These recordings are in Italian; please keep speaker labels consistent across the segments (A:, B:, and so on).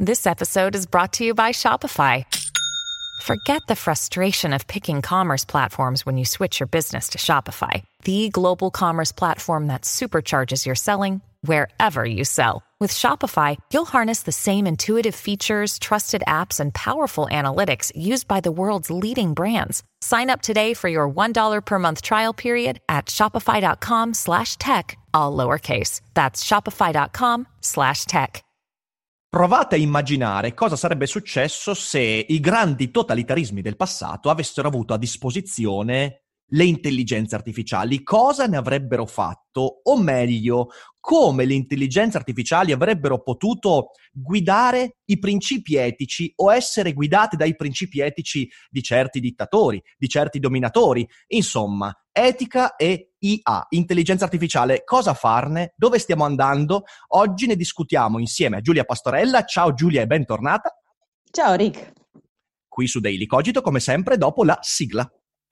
A: This episode is brought to you by Shopify. Forget the frustration of picking commerce platforms when you switch your business to Shopify, the global commerce platform that supercharges your selling wherever you sell. With Shopify, you'll harness the same intuitive features, trusted apps, and powerful analytics used by the world's leading brands. Sign up today for your $1 per month trial period at shopify.com/tech, all lowercase. That's shopify.com/tech.
B: Provate a immaginare cosa sarebbe successo se i grandi totalitarismi del passato avessero avuto a disposizione le intelligenze artificiali. Cosa ne avrebbero fatto? O meglio, come le intelligenze artificiali avrebbero potuto guidare i principi etici o essere guidate dai principi etici di certi dittatori, di certi dominatori. Insomma, etica e IA, intelligenza artificiale, cosa farne? Dove stiamo andando? Oggi ne discutiamo insieme a Giulia Pastorella. Ciao Giulia e bentornata.
C: Ciao Rick.
B: Qui su Daily Cogito, come sempre, dopo la sigla.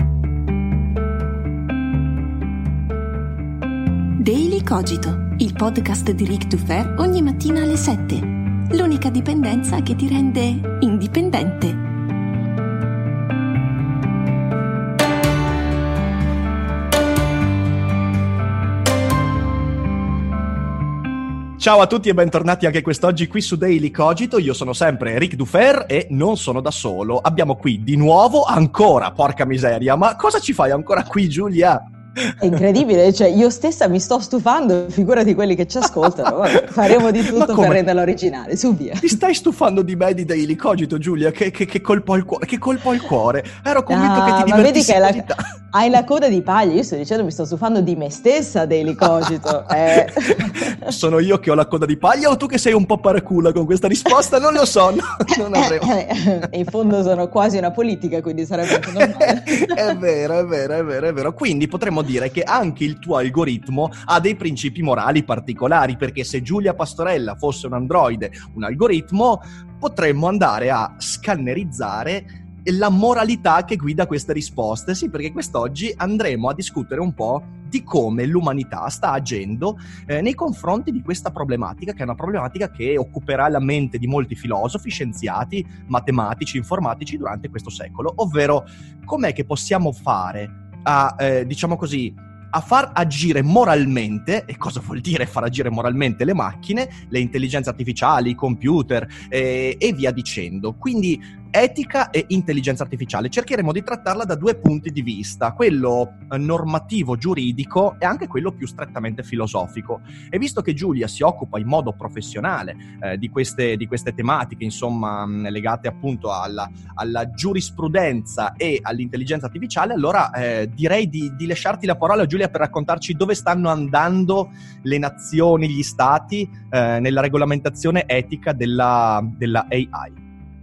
D: Daily Cogito, il podcast di Rick Dufer ogni mattina alle 7. L'unica dipendenza che ti rende indipendente.
B: Ciao a tutti e bentornati anche quest'oggi qui su Daily Cogito. Io sono sempre Rick Dufer e non sono da solo. Abbiamo qui di nuovo ancora, porca miseria, ma cosa ci fai ancora qui, Giulia?
C: È incredibile, cioè io stessa mi sto stufando, figurati quelli che ci ascoltano. Vabbè, faremo di tutto per renderla originale, su via.
B: Ti stai stufando di me di Daily Cogito, Giulia? Che colpo al cuore, che colpo al cuore. Ero convinto che ti divertissi.
C: Ma vedi che hai la coda di paglia, io sto dicendo mi sto stufando di me stessa Daily Cogito.
B: Sono io che ho la coda di paglia o tu che sei un po' paracula con questa risposta? Non lo so, non avremo.
C: In fondo sono quasi una politica, quindi sarebbe anche normale.
B: È vero. Quindi potremmo dire che anche il tuo algoritmo ha dei principi morali particolari, perché se Giulia Pastorella fosse un androide, un algoritmo, potremmo andare a scannerizzare la moralità che guida queste risposte. Sì, perché quest'oggi andremo a discutere un po' di come l'umanità sta agendo nei confronti di questa problematica, che è una problematica che occuperà la mente di molti filosofi, scienziati, matematici, informatici durante questo secolo, ovvero com'è che possiamo fare a, diciamo così, a far agire moralmente. E cosa vuol dire far agire moralmente le macchine, le intelligenze artificiali, i computer e via dicendo. Quindi etica e intelligenza artificiale cercheremo di trattarla da due punti di vista, quello normativo giuridico e anche quello più strettamente filosofico. E visto che Giulia si occupa in modo professionale di queste tematiche, insomma, legate appunto alla giurisprudenza e all'intelligenza artificiale, allora direi di lasciarti la parola, Giulia, per raccontarci dove stanno andando le nazioni, gli stati nella regolamentazione etica della AI.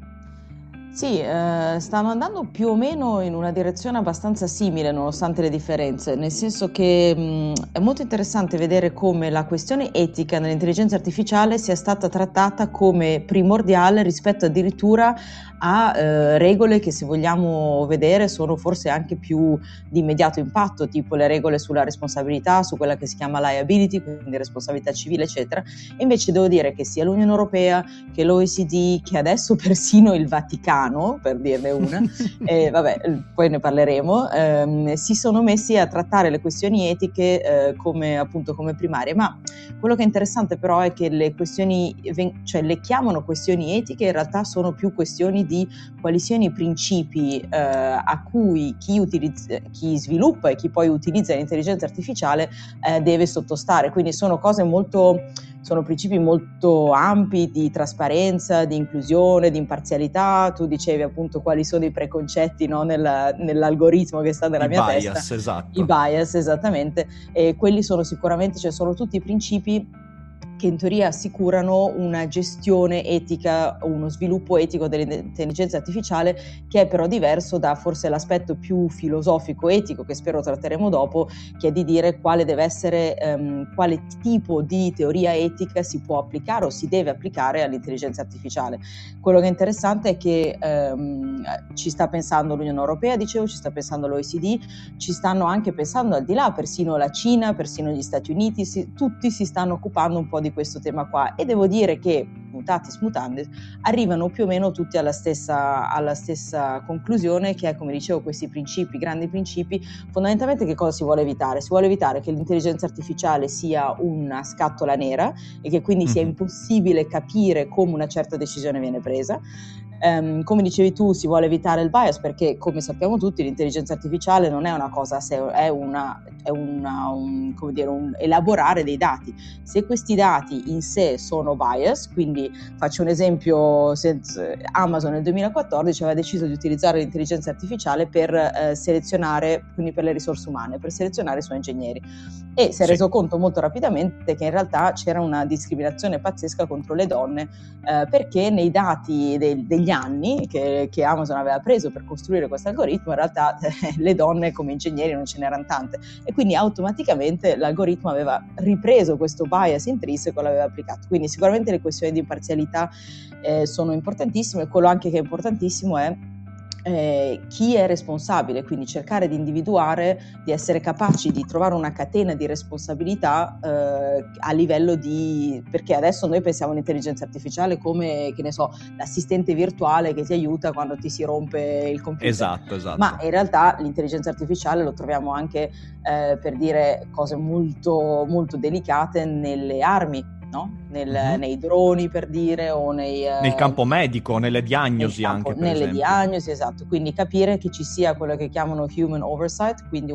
C: Sì, stanno andando più o meno in una direzione abbastanza simile nonostante le differenze, nel senso che è molto interessante vedere come la questione etica nell'intelligenza artificiale sia stata trattata come primordiale rispetto addirittura a regole che, se vogliamo vedere, sono forse anche più di immediato impatto, tipo le regole sulla responsabilità, su quella che si chiama liability, quindi responsabilità civile eccetera. E invece devo dire che sia l'Unione Europea che l'OECD, che adesso persino il Vaticano, per dirne una, poi ne parleremo, si sono messi a trattare le questioni etiche come primarie. Ma quello che è interessante però è che le questioni, cioè le chiamano questioni etiche, in realtà sono più questioni di quali siano i principi a cui chi sviluppa e chi poi utilizza l'intelligenza artificiale deve sottostare. Quindi sono principi molto ampi di trasparenza, di inclusione, di imparzialità. Tu dicevi appunto quali sono i preconcetti, no, nell'algoritmo che sta nella mia testa.
B: Esatto.
C: I bias, esattamente. E quelli sono sicuramente, cioè sono tutti principi che in teoria assicurano una gestione etica, uno sviluppo etico dell'intelligenza artificiale, che è però diverso da forse l'aspetto più filosofico-etico, che spero tratteremo dopo, che è di dire quale deve essere, quale tipo di teoria etica si può applicare o si deve applicare all'intelligenza artificiale. Quello che è interessante è che ci sta pensando l'Unione Europea, dicevo, ci sta pensando l'OECD, ci stanno anche pensando al di là, persino la Cina, persino gli Stati Uniti, tutti si stanno occupando un po' di di questo tema qua, e devo dire che mutatis mutandis arrivano più o meno tutti alla stessa conclusione, che è, come dicevo, questi principi, grandi principi. Fondamentalmente che cosa si vuole evitare? Si vuole evitare che l'intelligenza artificiale sia una scatola nera e che quindi sia impossibile capire come una certa decisione viene presa. Come dicevi tu, si vuole evitare il bias, perché come sappiamo tutti l'intelligenza artificiale non è una cosa, è un elaborare dei dati. Se questi dati in sé sono bias, quindi faccio un esempio, Amazon nel 2014 aveva deciso di utilizzare l'intelligenza artificiale per selezionare, quindi per le risorse umane, per selezionare i suoi ingegneri, e si è reso conto molto rapidamente che in realtà c'era una discriminazione pazzesca contro le donne, perché nei dati degli anni che Amazon aveva preso per costruire questo algoritmo, in realtà le donne come ingegneri non ce n'erano tante, e quindi automaticamente l'algoritmo aveva ripreso questo bias intrinseco e l'aveva applicato. Quindi sicuramente le questioni di imparzialità sono importantissime, e quello anche che è importantissimo è chi è responsabile, quindi cercare di individuare, di essere capaci di trovare una catena di responsabilità a livello di, perché adesso noi pensiamo all'intelligenza artificiale come, che ne so, l'assistente virtuale che ti aiuta quando ti si rompe il computer.
B: Esatto.
C: Ma in realtà l'intelligenza artificiale lo troviamo anche per dire cose molto, molto delicate nelle armi, no? Nei droni, per dire, o nel
B: campo medico, nelle diagnosi, anche per
C: nelle
B: esempio.
C: diagnosi, esatto. Quindi capire che ci sia quello che chiamano human oversight, quindi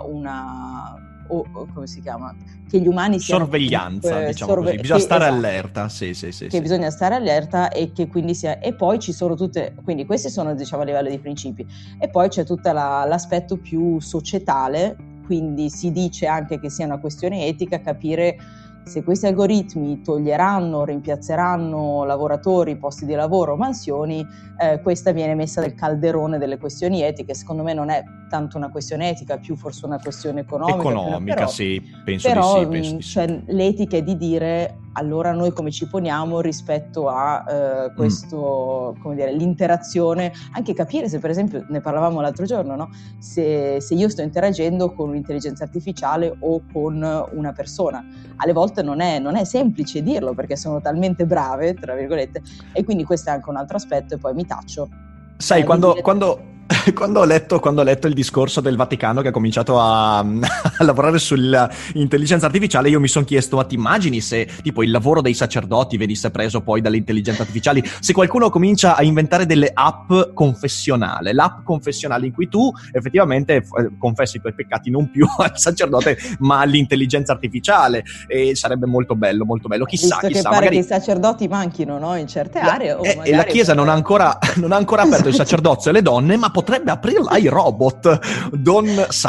C: come si chiama? Che gli umani siano
B: sorveglianza, diciamo così. Bisogna stare allerta, sì.
C: Bisogna stare allerta, e che quindi sia. E poi ci sono quindi questi sono, diciamo, a livello di principi, e poi c'è tutto l'aspetto più societale, quindi si dice anche che sia una questione etica capire se questi algoritmi toglieranno, rimpiazzeranno lavoratori, posti di lavoro, mansioni. Questa viene messa nel calderone delle questioni etiche. Secondo me non è tanto una questione etica, più forse una questione economica.
B: Sì, penso di sì.
C: Cioè, l'etica è di dire, allora noi come ci poniamo rispetto a questo, come dire, l'interazione, anche capire se, per esempio, ne parlavamo l'altro giorno, no? Se io sto interagendo con un'intelligenza artificiale o con una persona. Alle volte non è semplice dirlo, perché sono talmente brave, tra virgolette, e quindi questo è anche un altro aspetto, e poi mi taccio.
B: Sai, quando ho letto il discorso del Vaticano che ha cominciato a lavorare sull'intelligenza artificiale, io mi sono chiesto, ma ti immagini se tipo il lavoro dei sacerdoti venisse preso poi dalle intelligenze artificiali? Se qualcuno comincia a inventare delle app confessionale, l'app confessionale in cui tu effettivamente confessi i tuoi peccati non più al sacerdote ma all'intelligenza artificiale, e sarebbe molto bello, molto bello. Chissà,
C: che pare magari che i sacerdoti manchino, no? In certe aree.
B: E la Chiesa non ha ancora aperto il sacerdozio alle donne, ma potrebbe aprirla ai robot. Don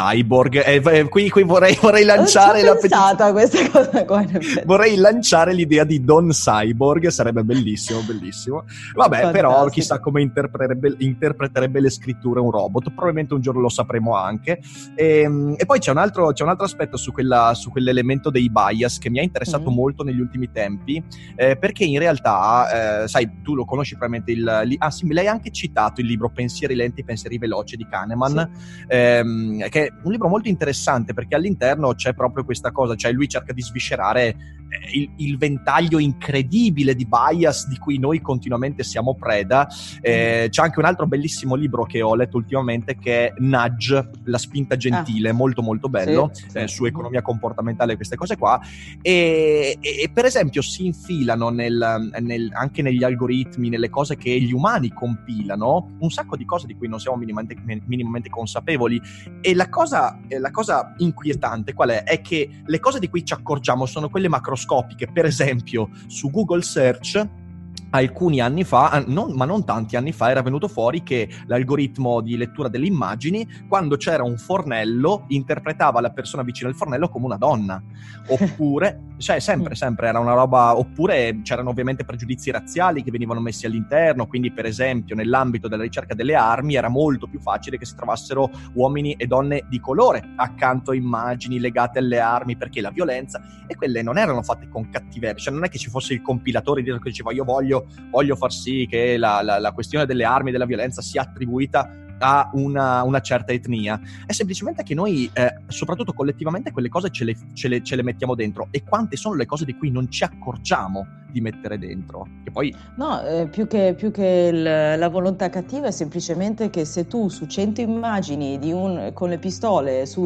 B: Cyborg. Qui vorrei lanciare
C: la pensata a questa cosa qua.
B: Vorrei lanciare l'idea di Don Cyborg, sarebbe bellissimo. Vabbè, fantastico. Però chissà come interpreterebbe le scritture un robot. Probabilmente un giorno lo sapremo anche. E poi c'è un altro aspetto su quell'elemento dei bias che mi ha interessato molto negli ultimi tempi, perché in realtà, sai, tu lo conosci probabilmente sì, me l'hai anche citato, il libro Pensieri lenti, pensieri veloci di Kahneman, sì. Che è un libro molto interessante, perché all'interno c'è proprio questa cosa, cioè lui cerca di sviscerare il ventaglio incredibile di bias di cui noi continuamente siamo preda. C'è anche un altro bellissimo libro che ho letto ultimamente, che è Nudge, la spinta gentile, molto molto bello, sì. Su economia comportamentale, queste cose qua, e per esempio si infilano anche negli algoritmi, nelle cose che gli umani compilano, un sacco di cose di cui non siamo minimamente consapevoli. E la cosa inquietante qual è? È che le cose di cui ci accorgiamo sono quelle macroscopiche. Per esempio su Google Search alcuni anni fa, ma non tanti anni fa, era venuto fuori che l'algoritmo di lettura delle immagini, quando c'era un fornello, interpretava la persona vicino al fornello come una donna. Oppure, cioè sempre era una roba. Oppure c'erano ovviamente pregiudizi razziali che venivano messi all'interno, quindi per esempio nell'ambito della ricerca delle armi era molto più facile che si trovassero uomini e donne di colore accanto a immagini legate alle armi, perché la violenza, e quelle non erano fatte con cattiveria, cioè non è che ci fosse il compilatore che diceva io voglio far sì che la questione delle armi e della violenza sia attribuita a una certa etnia, è semplicemente che noi, soprattutto collettivamente, quelle cose ce le mettiamo dentro, e quante sono le cose di cui non ci accorgiamo di mettere dentro, che poi...
C: No, più che la volontà cattiva è semplicemente che se tu su 100 immagini con le pistole, su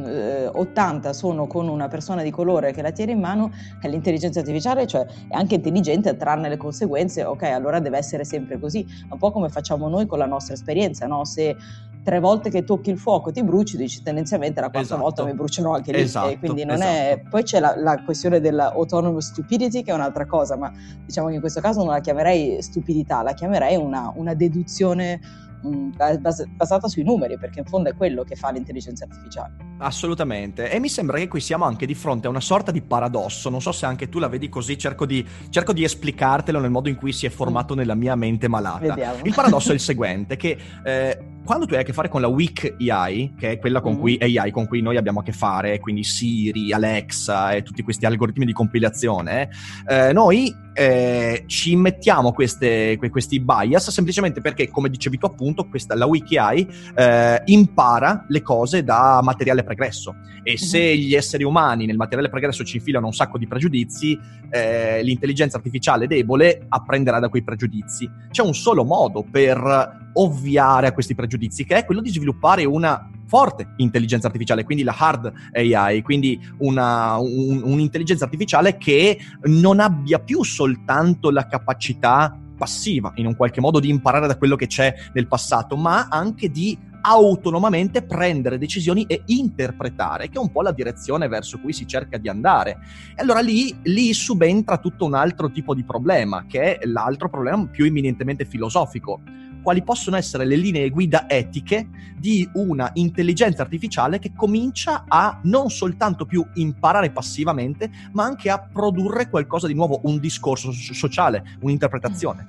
C: 80 sono con una persona di colore che la tiene in mano, è l'intelligenza artificiale, cioè è anche intelligente a trarne le conseguenze, ok, allora deve essere sempre così, un po' come facciamo noi con la nostra esperienza, no? Se 3 volte che tocchi il fuoco ti bruci, dici tendenzialmente la quarta volta mi brucerò anche lì, e quindi non è... Poi c'è la questione dell'autonomous stupidity, che è un'altra cosa, ma diciamo che in questo caso non la chiamerei stupidità, la chiamerei una deduzione basata sui numeri, perché in fondo è quello che fa l'intelligenza artificiale.
B: Assolutamente, e mi sembra che qui siamo anche di fronte a una sorta di paradosso, non so se anche tu la vedi così, cerco di esplicartelo nel modo in cui si è formato nella mia mente malata.
C: Vediamo.
B: Il paradosso è il seguente, che quando tu hai a che fare con la weak AI, che è quella con cui noi abbiamo a che fare, quindi Siri, Alexa e tutti questi algoritmi di compilazione, noi ci mettiamo questi bias semplicemente perché, come dicevi tu appunto, la weak AI impara le cose da materiale pregresso, e se gli esseri umani nel materiale pregresso ci infilano un sacco di pregiudizi, l'intelligenza artificiale debole apprenderà da quei pregiudizi. C'è un solo modo per ovviare a questi pregiudizi, che è quello di sviluppare una forte intelligenza artificiale, quindi la hard AI, quindi un'intelligenza artificiale che non abbia più soltanto la capacità passiva, in un qualche modo, di imparare da quello che c'è nel passato, ma anche di autonomamente prendere decisioni e interpretare, che è un po' la direzione verso cui si cerca di andare. E allora lì subentra tutto un altro tipo di problema, che è l'altro problema più eminentemente filosofico. Quali possono essere le linee guida etiche di una intelligenza artificiale che comincia a non soltanto più imparare passivamente, ma anche a produrre qualcosa di nuovo, un discorso sociale, un'interpretazione?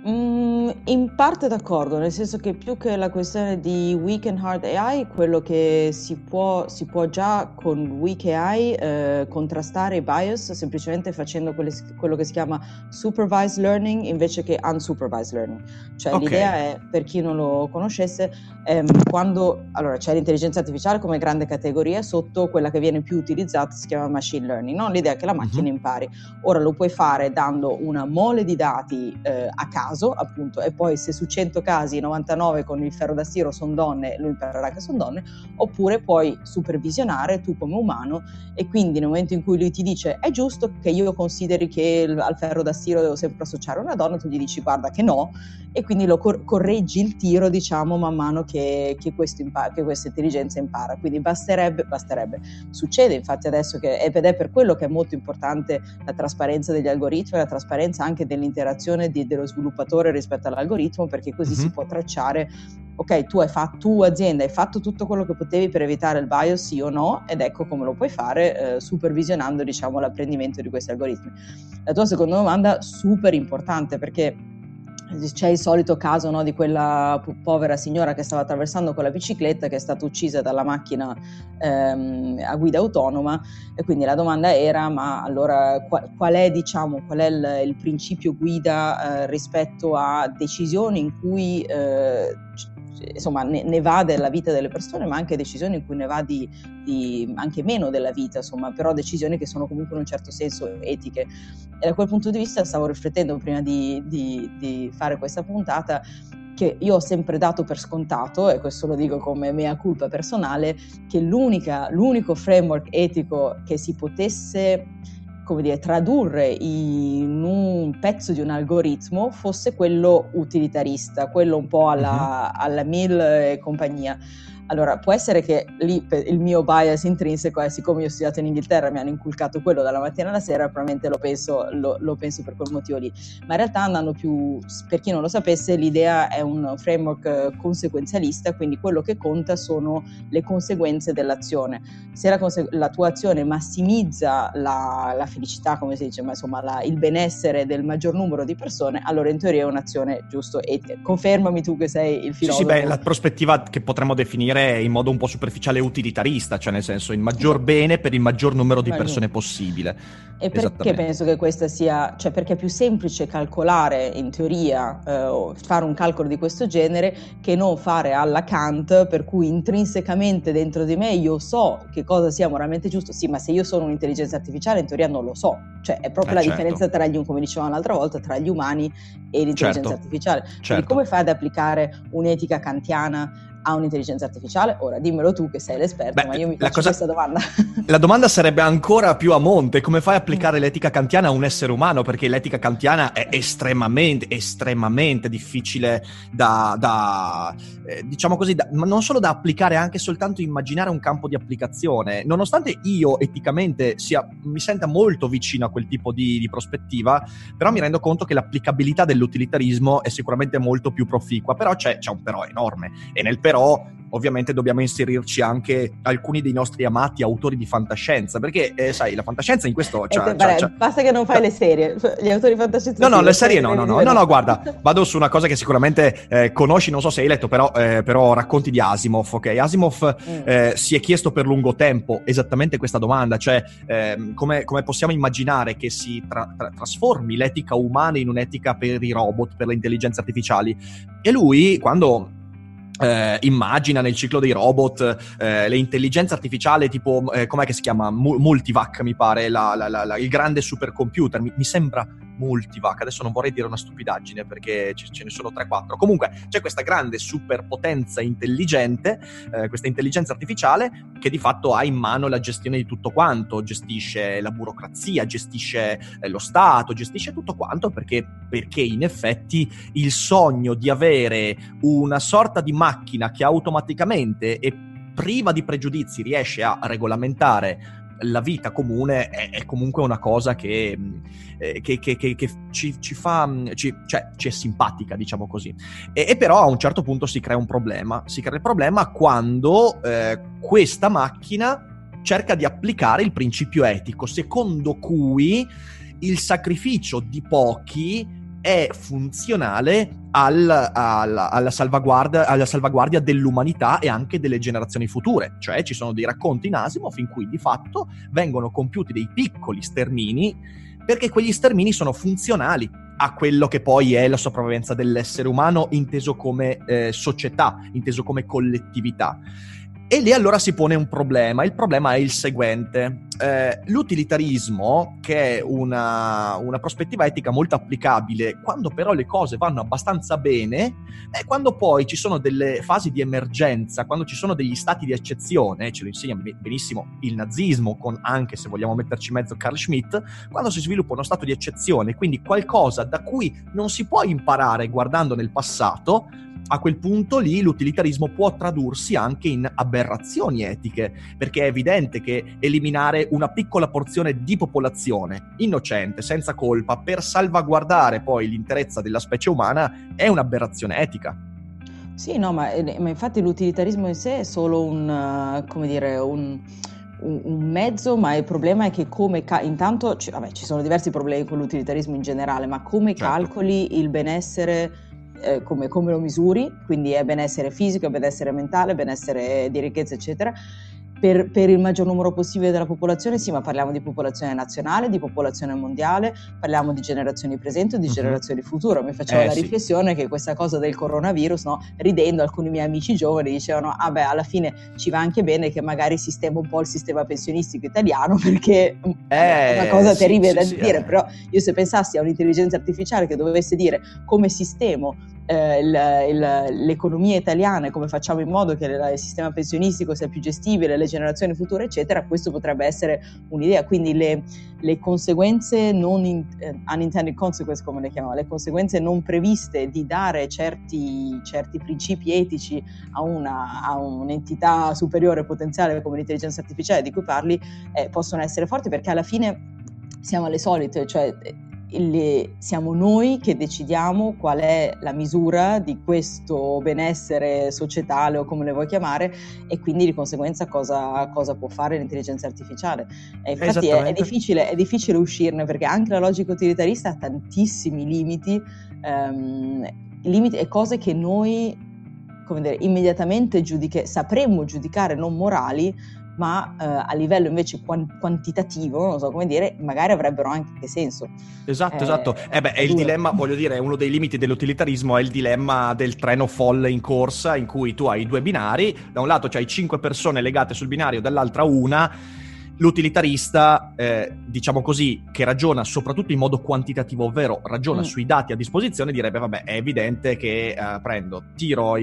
C: In parte d'accordo, nel senso che più che la questione di weak and hard AI, quello che si può già con weak AI contrastare i bias semplicemente facendo quello che si chiama supervised learning invece che unsupervised learning. Cioè l'idea è, per chi non lo conoscesse, allora c'è l'intelligenza artificiale come grande categoria, sotto quella che viene più utilizzata si chiama machine learning, no? L'idea è che la macchina impari. Ora lo puoi fare dando una mole di dati a caso, appunto, e poi se su 100 casi 99 con il ferro da stiro sono donne, lui imparerà che sono donne, oppure puoi supervisionare tu come umano, e quindi nel momento in cui lui ti dice è giusto che io consideri che al ferro da stiro devo sempre associare una donna, tu gli dici guarda che no, e quindi lo correggi il tiro, diciamo, man mano che questa intelligenza impara. Quindi basterebbe. Succede infatti adesso ed è per quello che è molto importante la trasparenza degli algoritmi, la trasparenza anche dell'interazione dello sviluppatore rispetto all'algoritmo, perché così si può tracciare, ok, tu azienda hai fatto tutto quello che potevi per evitare il bias, sì o no, ed ecco come lo puoi fare supervisionando, diciamo, l'apprendimento di questi algoritmi. La tua seconda domanda super importante, perché c'è il solito caso, no, di quella povera signora che stava attraversando con la bicicletta, che è stata uccisa dalla macchina a guida autonoma, e quindi la domanda era: ma allora qual è il principio guida rispetto a decisioni in cui insomma ne va della vita delle persone, ma anche decisioni in cui ne va di anche meno della vita, insomma, però decisioni che sono comunque in un certo senso etiche. E da quel punto di vista stavo riflettendo prima di fare questa puntata, che io ho sempre dato per scontato, e questo lo dico come mea culpa personale, che l'unico framework etico che si potesse, come dire, tradurre in un pezzo di un algoritmo fosse quello utilitarista, quello un po' alla Mill e compagnia. Allora, può essere che lì il mio bias intrinseco è, siccome io ho studiato in Inghilterra, mi hanno inculcato quello dalla mattina alla sera, probabilmente lo penso per quel motivo lì. Ma in realtà, andando più, per chi non lo sapesse, l'idea è un framework conseguenzialista, quindi quello che conta sono le conseguenze dell'azione. Se la tua azione massimizza la felicità, come si dice, ma insomma il benessere del maggior numero di persone, allora in teoria è un'azione giusto etica. Confermami tu che sei il filosofo.
B: Sì, la prospettiva che potremmo definire sarebbe in modo un po' superficiale utilitarista, cioè nel senso il maggior bene per il maggior numero di persone possibile.
C: E perché penso che questa sia, cioè perché è più semplice calcolare in teoria, fare un calcolo di questo genere che non fare alla Kant, per cui intrinsecamente dentro di me io so che cosa sia moralmente giusto, sì, ma se io sono un'intelligenza artificiale in teoria non lo so, cioè è proprio la differenza tra come dicevamo l'altra volta, tra gli umani e l'intelligenza artificiale. Quindi come fai ad applicare un'etica kantiana a un'intelligenza artificiale? Ora dimmelo tu che sei l'esperto, ma io mi faccio questa domanda.
B: La domanda sarebbe ancora più a monte: come fai a applicare l'etica kantiana a un essere umano? Perché l'etica kantiana è estremamente difficile diciamo così, ma non solo da applicare, anche soltanto immaginare un campo di applicazione. Nonostante io eticamente mi senta molto vicino a quel tipo di prospettiva, però mi rendo conto che l'applicabilità dell'utilitarismo è sicuramente molto più proficua, però c'è un però enorme, e nel però ovviamente dobbiamo inserirci anche alcuni dei nostri amati autori di fantascienza, perché sai, la fantascienza in questo
C: basta che non fai le serie, gli autori di fantascienza.
B: No, le serie no, guarda, vado su una cosa che sicuramente conosci, non so se hai letto, però racconti di Asimov, ok? Asimov si è chiesto per lungo tempo esattamente questa domanda, cioè come possiamo immaginare che si trasformi l'etica umana in un'etica per i robot, per le intelligenze artificiali. E lui, quando immagina nel ciclo dei robot le intelligenze artificiali tipo com'è che si chiama? Multivac, mi pare, il grande supercomputer, mi sembra Multivac, adesso non vorrei dire una stupidaggine perché ce ne sono 3-4, comunque c'è questa grande superpotenza intelligente, questa intelligenza artificiale che di fatto ha in mano la gestione di tutto quanto, gestisce la burocrazia, gestisce lo Stato, gestisce tutto quanto, perché in effetti il sogno di avere una sorta di macchina che automaticamente e priva di pregiudizi riesce a regolamentare la vita comune è comunque una cosa che ci è simpatica, diciamo così. E però a un certo punto si crea un problema. Si crea il problema quando questa macchina cerca di applicare il principio etico, secondo cui il sacrificio di pochi è funzionale alla salvaguardia dell'umanità e anche delle generazioni future. Cioè ci sono dei racconti in Asimov in cui di fatto vengono compiuti dei piccoli stermini, perché quegli stermini sono funzionali a quello che poi è la sopravvivenza dell'essere umano inteso come società, inteso come collettività. E lì allora si pone un problema. Il problema è il seguente: l'utilitarismo, che è una prospettiva etica molto applicabile quando però le cose vanno abbastanza bene, quando poi ci sono delle fasi di emergenza, quando ci sono degli stati di eccezione, ce lo insegna benissimo il nazismo, con anche, se vogliamo metterci in mezzo, Carl Schmitt, quando si sviluppa uno stato di eccezione, quindi qualcosa da cui non si può imparare guardando nel passato, a quel punto lì l'utilitarismo può tradursi anche in aberrazioni etiche, perché è evidente che eliminare una piccola porzione di popolazione innocente, senza colpa, per salvaguardare poi l'interezza della specie umana è un'aberrazione etica.
C: Sì, no, ma infatti l'utilitarismo in sé è solo un mezzo, ma il problema è che intanto ci sono diversi problemi con l'utilitarismo in generale, ma come calcoli il benessere, come lo misuri, quindi è benessere fisico, è benessere mentale, benessere di ricchezza, eccetera, per il maggior numero possibile della popolazione. Sì, ma parliamo di popolazione nazionale, di popolazione mondiale, parliamo di generazioni presenti o di generazioni future. Mi facevo la riflessione che questa cosa del coronavirus, no, ridendo, alcuni miei amici giovani dicevano alla fine ci va anche bene che magari sistema un po' il sistema pensionistico italiano, perché è una cosa terribile da dire, però io se pensassi a un'intelligenza artificiale che dovesse dire come sistemo l'economia italiana e come facciamo in modo che il sistema pensionistico sia più gestibile, le generazioni future, eccetera, questo potrebbe essere un'idea. Quindi le conseguenze unintended consequences, come le chiamano, le conseguenze non previste di dare certi principi etici a un'entità superiore potenziale come l'intelligenza artificiale di cui parli, possono essere forti, perché alla fine siamo alle solite, cioè siamo noi che decidiamo qual è la misura di questo benessere societale o come le vuoi chiamare, e quindi di conseguenza cosa può fare l'intelligenza artificiale. E infatti è difficile uscirne, perché anche la logica utilitarista ha tantissimi limiti e cose che noi come dire, immediatamente sapremmo giudicare non morali, ma a livello invece quantitativo, non so come dire, magari avrebbero anche senso.
B: Esatto. È il dilemma, voglio dire, uno dei limiti dell'utilitarismo è il dilemma del treno folle in corsa, in cui tu hai 2 binari, da un lato c'hai 5 persone legate sul binario, dall'altra una. L'utilitarista, diciamo così, che ragiona soprattutto in modo quantitativo, ovvero ragiona sui dati a disposizione, direbbe vabbè, è evidente che tiro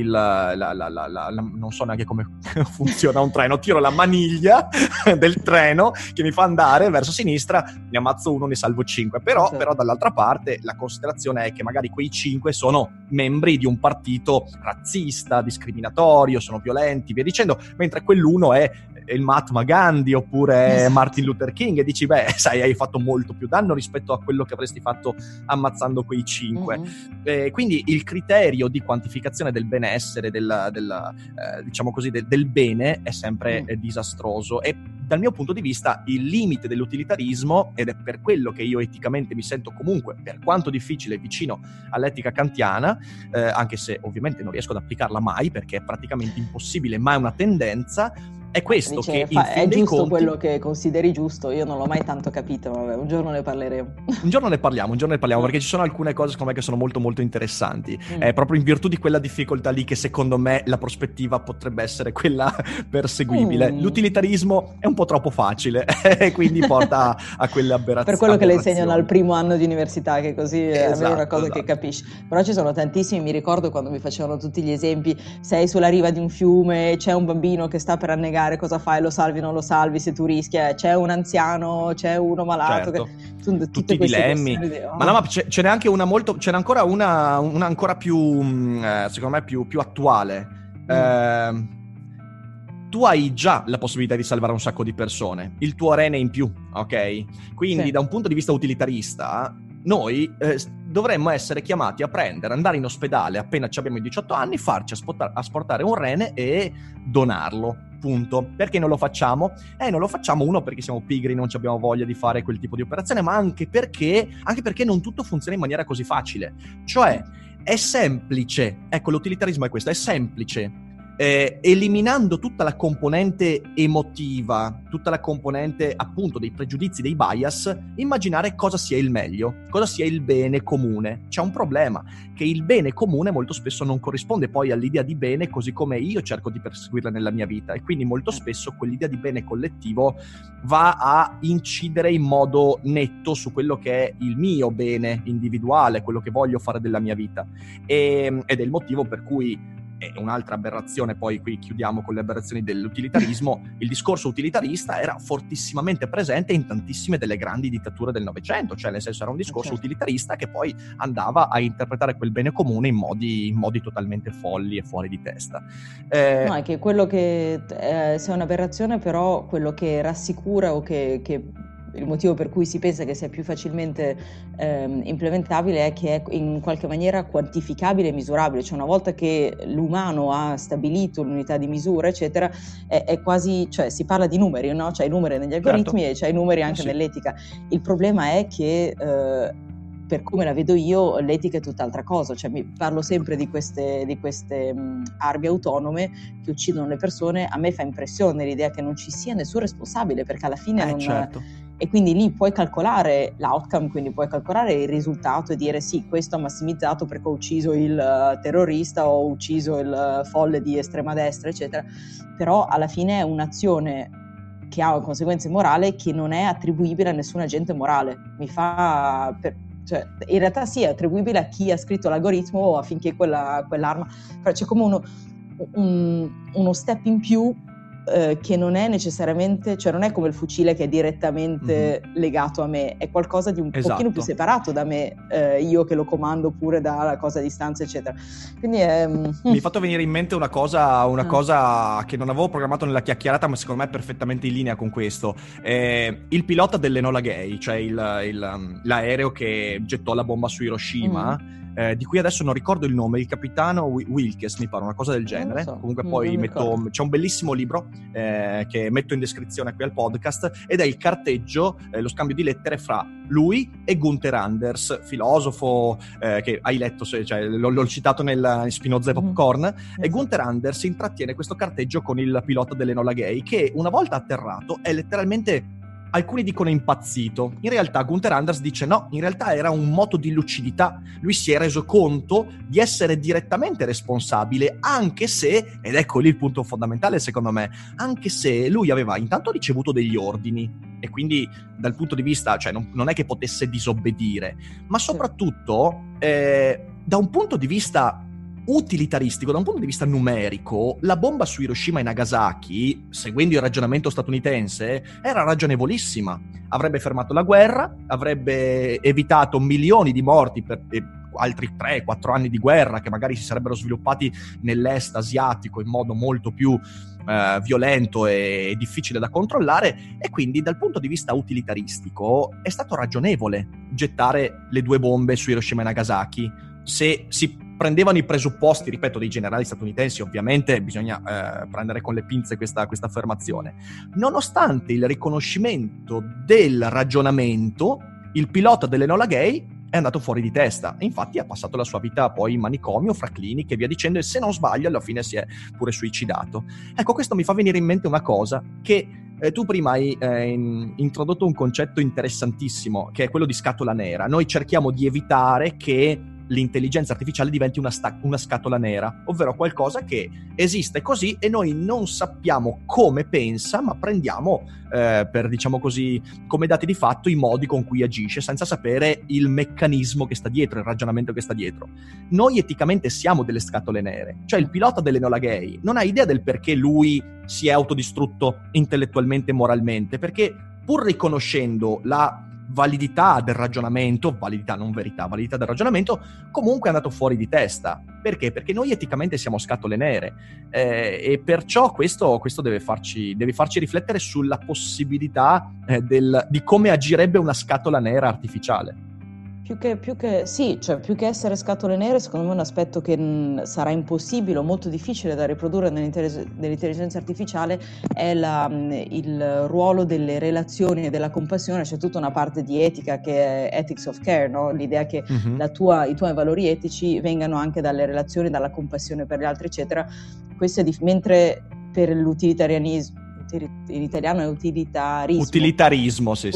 B: non so neanche come funziona un treno, tiro la maniglia del treno che mi fa andare verso sinistra, ne ammazzo uno, ne salvo 5, però dall'altra parte la considerazione è che magari quei 5 sono membri di un partito razzista, discriminatorio, sono violenti, via dicendo, mentre quell'uno è il Mahatma Gandhi oppure Martin Luther King, e dici sai, hai fatto molto più danno rispetto a quello che avresti fatto ammazzando quei 5. Quindi il criterio di quantificazione del benessere, diciamo così, del bene è sempre disastroso, e dal mio punto di vista il limite dell'utilitarismo, ed è per quello che io eticamente mi sento comunque, per quanto difficile, vicino all'etica kantiana, anche se ovviamente non riesco ad applicarla mai perché è praticamente impossibile, ma è una tendenza. È questo che in fin
C: è
B: dei
C: giusto
B: conti...
C: quello che consideri giusto, io non l'ho mai tanto capito, vabbè, un giorno ne parleremo.
B: Un giorno ne parliamo perché ci sono alcune cose secondo me che sono molto molto interessanti, proprio in virtù di quella difficoltà lì che secondo me la prospettiva potrebbe essere quella perseguibile. L'utilitarismo è un po' troppo facile e quindi porta a quelle aberrazioni.
C: Per quello che le insegnano al primo anno di università, che così è una cosa che capisci. Però ci sono tantissimi, mi ricordo quando mi facevano tutti gli esempi, sei sulla riva di un fiume, c'è un bambino che sta per annegare, cosa fai? Lo salvi, non lo salvi? Se tu rischi, c'è un anziano, c'è uno malato,
B: tutti i dilemmi. Ma no, ce n'è anche ce n'è ancora una ancora più secondo me più attuale. Tu hai già la possibilità di salvare un sacco di persone, il tuo rene in più, ok? Quindi da un punto di vista utilitarista noi dovremmo essere chiamati a andare in ospedale appena abbiamo i 18 anni, farci asportare un rene e donarlo, punto. Perché non lo facciamo? Non lo facciamo, uno, perché siamo pigri, non abbiamo voglia di fare quel tipo di operazione, ma anche perché non tutto funziona in maniera così facile. Cioè, è semplice, ecco, l'utilitarismo è questo, è semplice. Eliminando tutta la componente emotiva, tutta la componente appunto dei pregiudizi, dei bias, immaginare cosa sia il meglio, cosa sia il bene comune. C'è un problema, che il bene comune molto spesso non corrisponde poi all'idea di bene così come io cerco di perseguirla nella mia vita, e quindi molto spesso quell'idea di bene collettivo va a incidere in modo netto su quello che è il mio bene individuale, quello che voglio fare della mia vita, ed è il motivo per cui è un'altra aberrazione. Poi qui chiudiamo con le aberrazioni dell'utilitarismo. Il discorso utilitarista era fortissimamente presente in tantissime delle grandi dittature del Novecento, cioè nel senso era un discorso utilitarista che poi andava a interpretare quel bene comune in modi totalmente folli e fuori di testa.
C: No, è che quello che sia un'aberrazione, però quello che rassicura o che il motivo per cui si pensa che sia più facilmente implementabile è che è in qualche maniera quantificabile e misurabile, cioè una volta che l'umano ha stabilito l'unità di misura eccetera, è quasi, cioè si parla di numeri, no? C'hai i numeri negli algoritmi e c'hai i numeri anche nell'etica. Il problema è che per come la vedo io, l'etica è tutt'altra cosa, cioè mi parlo sempre di queste armi autonome che uccidono le persone. A me fa impressione l'idea che non ci sia nessun responsabile, perché alla fine non...
B: Certo.
C: E quindi lì puoi calcolare l'outcome, quindi puoi calcolare il risultato e dire sì, questo ha massimizzato perché ho ucciso il terrorista o ho ucciso il folle di estrema destra, eccetera. Però alla fine è un'azione che ha conseguenze morali che non è attribuibile a nessun agente morale. Cioè, in realtà sì, è attribuibile a chi ha scritto l'algoritmo affinché quell'arma... Però c'è come uno step in più che non è necessariamente, cioè non è come il fucile che è direttamente legato a me, è qualcosa di un pochino più separato da me, io che lo comando pure dalla cosa a distanza eccetera. Quindi
B: mi hai fatto venire in mente una cosa che non avevo programmato nella chiacchierata, ma secondo me è perfettamente in linea con questo. Il pilota dell'Enola Gay, cioè l'aereo che gettò la bomba su Hiroshima, di cui adesso non ricordo il nome, il capitano Wilkes, mi pare, una cosa del genere.
C: So.
B: Comunque poi c'è un bellissimo libro che metto in descrizione qui al podcast, ed è il carteggio, lo scambio di lettere fra lui e Gunther Anders, filosofo che hai letto, cioè, l'ho citato nel Spinoza e Popcorn, e Gunther Anders intrattiene questo carteggio con il pilota dell'Enola Gay, che una volta atterrato è letteralmente, alcuni dicono impazzito, in realtà Gunther Anders dice no, in realtà era un moto di lucidità, lui si è reso conto di essere direttamente responsabile, anche se, ed ecco lì il punto fondamentale secondo me, anche se lui aveva intanto ricevuto degli ordini e quindi dal punto di vista, cioè non è che potesse disobbedire, ma soprattutto da un punto di vista utilitaristico, da un punto di vista numerico, la bomba su Hiroshima e Nagasaki, seguendo il ragionamento statunitense, era ragionevolissima. Avrebbe fermato la guerra, avrebbe evitato milioni di morti per altri 3-4 anni di guerra che magari si sarebbero sviluppati nell'est asiatico in modo molto più violento e difficile da controllare, e quindi dal punto di vista utilitaristico è stato ragionevole gettare le 2 bombe su Hiroshima e Nagasaki. Se si prendevano i presupposti, ripeto, dei generali statunitensi, ovviamente bisogna prendere con le pinze questa affermazione. Nonostante il riconoscimento del ragionamento, il pilota dell'Enola Gay è andato fuori di testa, e infatti ha passato la sua vita poi in manicomio, fra cliniche e via dicendo, e se non sbaglio alla fine si è pure suicidato. Ecco, questo mi fa venire in mente una cosa, che tu prima hai introdotto un concetto interessantissimo, che è quello di scatola nera. Noi cerchiamo di evitare che l'intelligenza artificiale diventi una scatola nera, ovvero qualcosa che esiste così e noi non sappiamo come pensa, ma prendiamo per, diciamo così, come dati di fatto i modi con cui agisce, senza sapere il meccanismo che sta dietro, il ragionamento che sta dietro. Noi eticamente siamo delle scatole nere, cioè il pilota dell'Enola Gay non ha idea del perché lui si è autodistrutto intellettualmente e moralmente, perché pur riconoscendo la validità del ragionamento, validità non verità, validità del ragionamento, comunque è andato fuori di testa. Perché? Perché noi eticamente siamo scatole nere, e perciò questo deve farci riflettere sulla possibilità di come agirebbe una scatola nera artificiale.
C: Più che sì, cioè più che essere scatole nere, secondo me un aspetto che sarà impossibile o molto difficile da riprodurre nell'intelligenza artificiale è il ruolo delle relazioni e della compassione. C'è tutta una parte di etica che è ethics of care, no? L'idea che i tuoi valori etici vengano anche dalle relazioni, dalla compassione per gli altri, eccetera. Questo mentre per l'utilitarianismo, in italiano è utilitarismo, sì.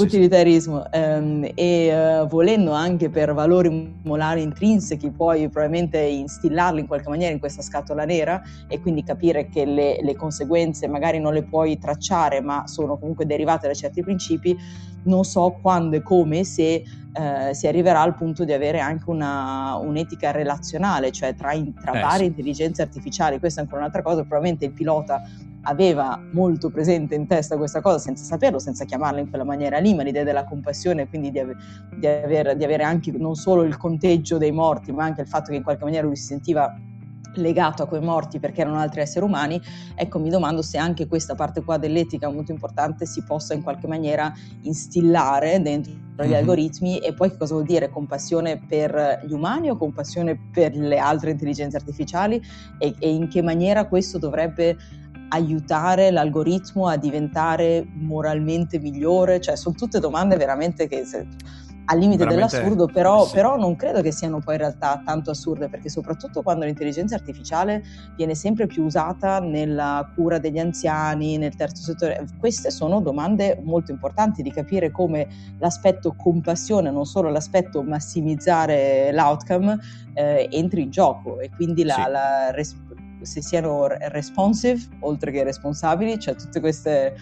C: Volendo anche per valori morali intrinseci poi probabilmente instillarli in qualche maniera in questa scatola nera, e quindi capire che le conseguenze magari non le puoi tracciare ma sono comunque derivate da certi principi. Non so quando e come e se si arriverà al punto di avere anche un'etica relazionale, cioè tra varie intelligenze artificiali. Questa è ancora un'altra cosa, probabilmente il pilota aveva molto presente in testa questa cosa senza saperlo, senza chiamarla in quella maniera lì, ma l'idea della compassione, quindi di avere anche non solo il conteggio dei morti, ma anche il fatto che in qualche maniera lui si sentiva legato a quei morti perché erano altri esseri umani. Ecco, mi domando se anche questa parte qua dell'etica molto importante si possa in qualche maniera instillare dentro gli algoritmi. E poi che cosa vuol dire compassione per gli umani o compassione per le altre intelligenze artificiali, e in che maniera questo dovrebbe aiutare l'algoritmo a diventare moralmente migliore? Cioè sono tutte domande veramente che al limite dell'assurdo, però non credo che siano poi in realtà tanto assurde, perché soprattutto quando l'intelligenza artificiale viene sempre più usata nella cura degli anziani, nel terzo settore, queste sono domande molto importanti, di capire come l'aspetto compassione, non solo l'aspetto massimizzare l'outcome, entri in gioco, e quindi se siano responsive oltre che responsabili, cioè tutte queste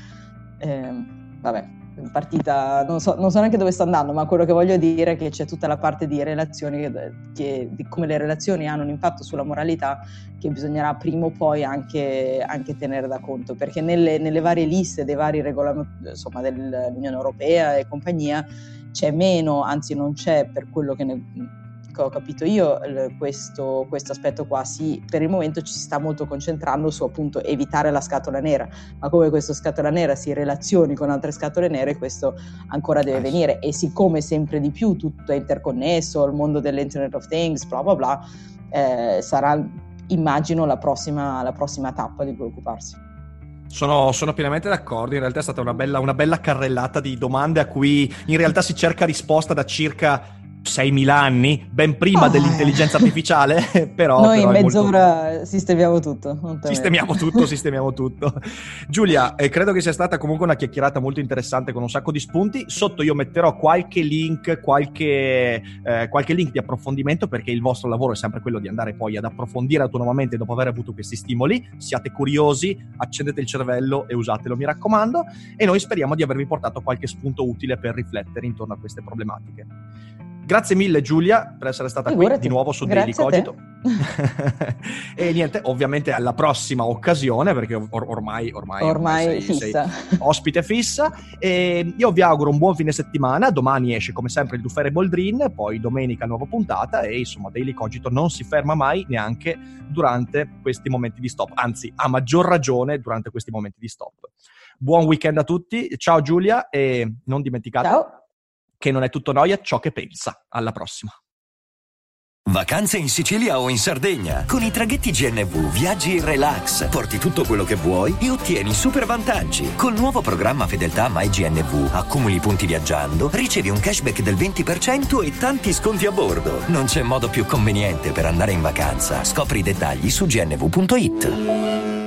C: partita, non so neanche dove sta andando, ma quello che voglio dire è che c'è tutta la parte di relazioni di come le relazioni hanno un impatto sulla moralità, che bisognerà prima o poi anche tenere da conto, perché nelle varie liste dei vari regolamenti, insomma, dell'Unione Europea e compagnia, c'è meno, anzi non c'è, per quello che che ho capito io, questo aspetto qua, sì, per il momento ci si sta molto concentrando su appunto evitare la scatola nera, ma come questa scatola nera si relazioni con altre scatole nere, questo ancora deve venire. E siccome sempre di più tutto è interconnesso, il mondo dell'Internet of Things, bla bla bla, sarà, immagino, la prossima tappa di cui occuparsi.
B: Sono pienamente d'accordo. In realtà è stata una bella carrellata di domande a cui in realtà si cerca risposta da circa 6.000 anni, ben prima dell'intelligenza artificiale, però
C: noi in
B: mezz'ora
C: molto... sistemiamo tutto.
B: Sistemiamo tutto. Giulia, credo che sia stata comunque una chiacchierata molto interessante con un sacco di spunti. Sotto io metterò qualche link di approfondimento, perché il vostro lavoro è sempre quello di andare poi ad approfondire autonomamente dopo aver avuto questi stimoli. Siate curiosi, accendete il cervello e usatelo, mi raccomando, e noi speriamo di avervi portato qualche spunto utile per riflettere intorno a queste problematiche. Grazie mille Giulia per essere stata qui di nuovo su Daily Cogito. E niente, ovviamente alla prossima occasione, perché ormai sei ospite fissa. E io vi auguro un buon fine settimana. Domani esce come sempre il Duffer e Boldrin, poi domenica nuova puntata, e insomma Daily Cogito non si ferma mai, neanche durante questi momenti di stop, anzi a maggior ragione durante questi momenti di stop. Buon weekend a tutti, ciao Giulia, e non dimenticate che non è tutto noia ciò che pensa. Alla prossima.
E: Vacanze in Sicilia o in Sardegna. Con i traghetti GNV viaggi in relax, porti tutto quello che vuoi e ottieni super vantaggi. Col nuovo programma Fedeltà MyGNV accumuli punti viaggiando, ricevi un cashback del 20% e tanti sconti a bordo. Non c'è modo più conveniente per andare in vacanza. Scopri i dettagli su gnv.it.